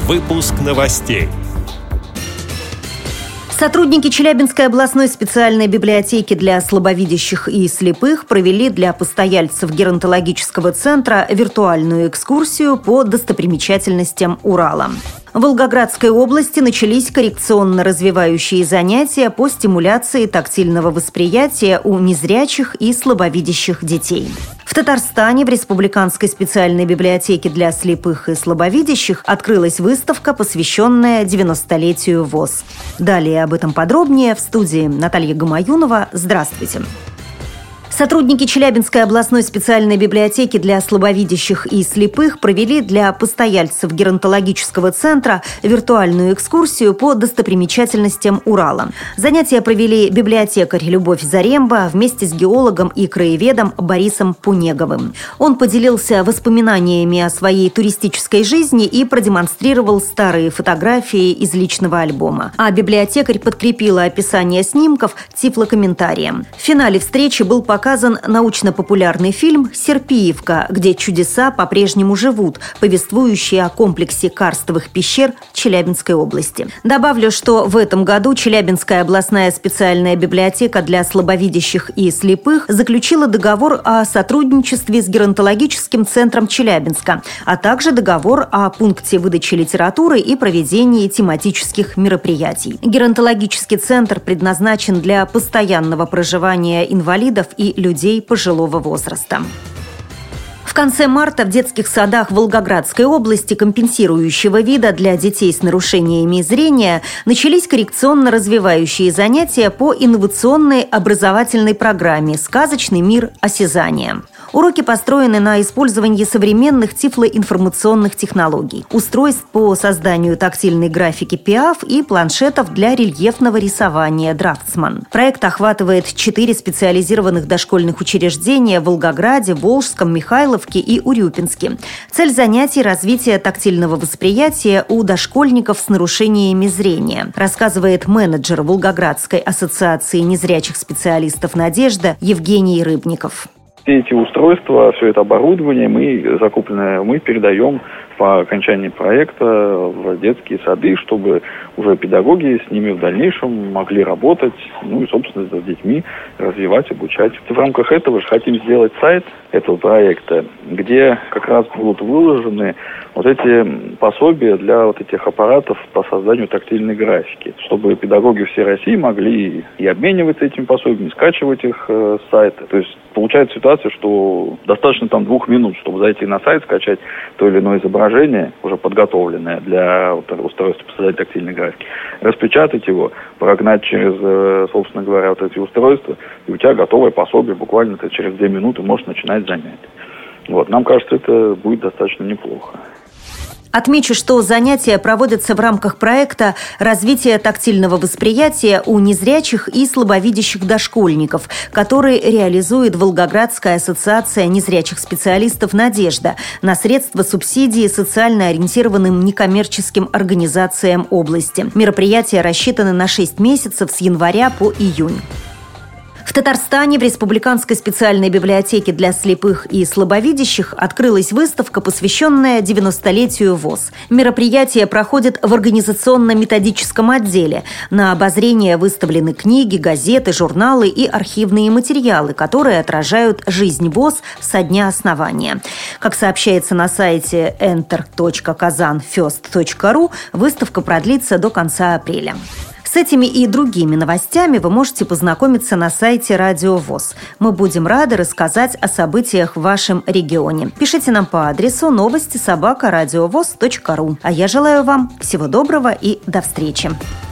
Выпуск новостей. Сотрудники Челябинской областной специальной библиотеки для слабовидящих и слепых провели для постояльцев геронтологического центра виртуальную экскурсию по достопримечательностям Урала. В Волгоградской области начались коррекционно-развивающие занятия по стимуляции тактильного восприятия у незрячих и слабовидящих детей. В Татарстане в Республиканской специальной библиотеке для слепых и слабовидящих открылась выставка, посвященная 90-летию ВОС. Далее об этом подробнее в студии Наталья Гамаюнова. Здравствуйте. Сотрудники Челябинской областной специальной библиотеки для слабовидящих и слепых провели для постояльцев геронтологического центра виртуальную экскурсию по достопримечательностям Урала. Занятия провели библиотекарь Любовь Заремба вместе с геологом и краеведом Борисом Пунеговым. Он поделился воспоминаниями о своей туристической жизни и продемонстрировал старые фотографии из личного альбома. А библиотекарь подкрепила описание снимков тифлокомментарием. В финале встречи был показан научно-популярный фильм «Серпиевка», где чудеса по-прежнему живут, повествующий о комплексе карстовых пещер Челябинской области. Добавлю, что в этом году Челябинская областная специальная библиотека для слабовидящих и слепых заключила договор о сотрудничестве с геронтологическим центром Челябинска, а также договор о пункте выдачи литературы и проведении тематических мероприятий. Геронтологический центр предназначен для постоянного проживания инвалидов и людей пожилого возраста. В конце марта в детских садах Волгоградской области компенсирующего вида для детей с нарушениями зрения начались коррекционно-развивающие занятия по инновационной образовательной программе «Сказочный мир осязания». Уроки построены на использовании современных тифлоинформационных технологий, устройств по созданию тактильной графики ПИАФ и планшетов для рельефного рисования «Драфтсман». Проект охватывает 4 специализированных дошкольных учреждения в Волгограде, Волжском, Михайловке и Урюпинске. Цель занятий – развитие тактильного восприятия у дошкольников с нарушениями зрения, рассказывает менеджер Волгоградской ассоциации незрячих специалистов «Надежда» Евгений Рыбников. Все эти устройства, все это оборудование мы передаем по окончании проекта в детские сады, чтобы уже педагоги с ними в дальнейшем могли работать, и, собственно, с детьми развивать, обучать. В рамках этого же хотим сделать сайт этого проекта, где как раз будут выложены эти пособия для этих аппаратов по созданию тактильной графики, чтобы педагоги всей России могли и обмениваться этими пособиями, скачивать их с сайта. То есть получается ситуация, что достаточно 2 минут, чтобы зайти на сайт, скачать то или иное изображение, уже подготовленное для устройства по созданию тактильной графики, распечатать его, прогнать через, собственно говоря, эти устройства, и у тебя готовое пособие, буквально ты через 2 минуты можешь начинать занятия. Нам кажется, это будет достаточно неплохо. Отмечу, что занятия проводятся в рамках проекта «Развитие тактильного восприятия у незрячих и слабовидящих дошкольников», который реализует Волгоградская ассоциация незрячих специалистов «Надежда» на средства субсидии социально ориентированным некоммерческим организациям области. Мероприятия рассчитаны на 6 месяцев с января по июнь. В Татарстане в Республиканской специальной библиотеке для слепых и слабовидящих открылась выставка, посвященная 90-летию ВОС. Мероприятие проходит в организационно-методическом отделе. На обозрение выставлены книги, газеты, журналы и архивные материалы, которые отражают жизнь ВОС со дня основания. Как сообщается на сайте enter.kazanfest.ru, выставка продлится до конца апреля. С этими и другими новостями вы можете познакомиться на сайте Радио ВОС. Мы будем рады рассказать о событиях в вашем регионе. Пишите нам по адресу новости@радиовос.ру. А я желаю вам всего доброго и до встречи.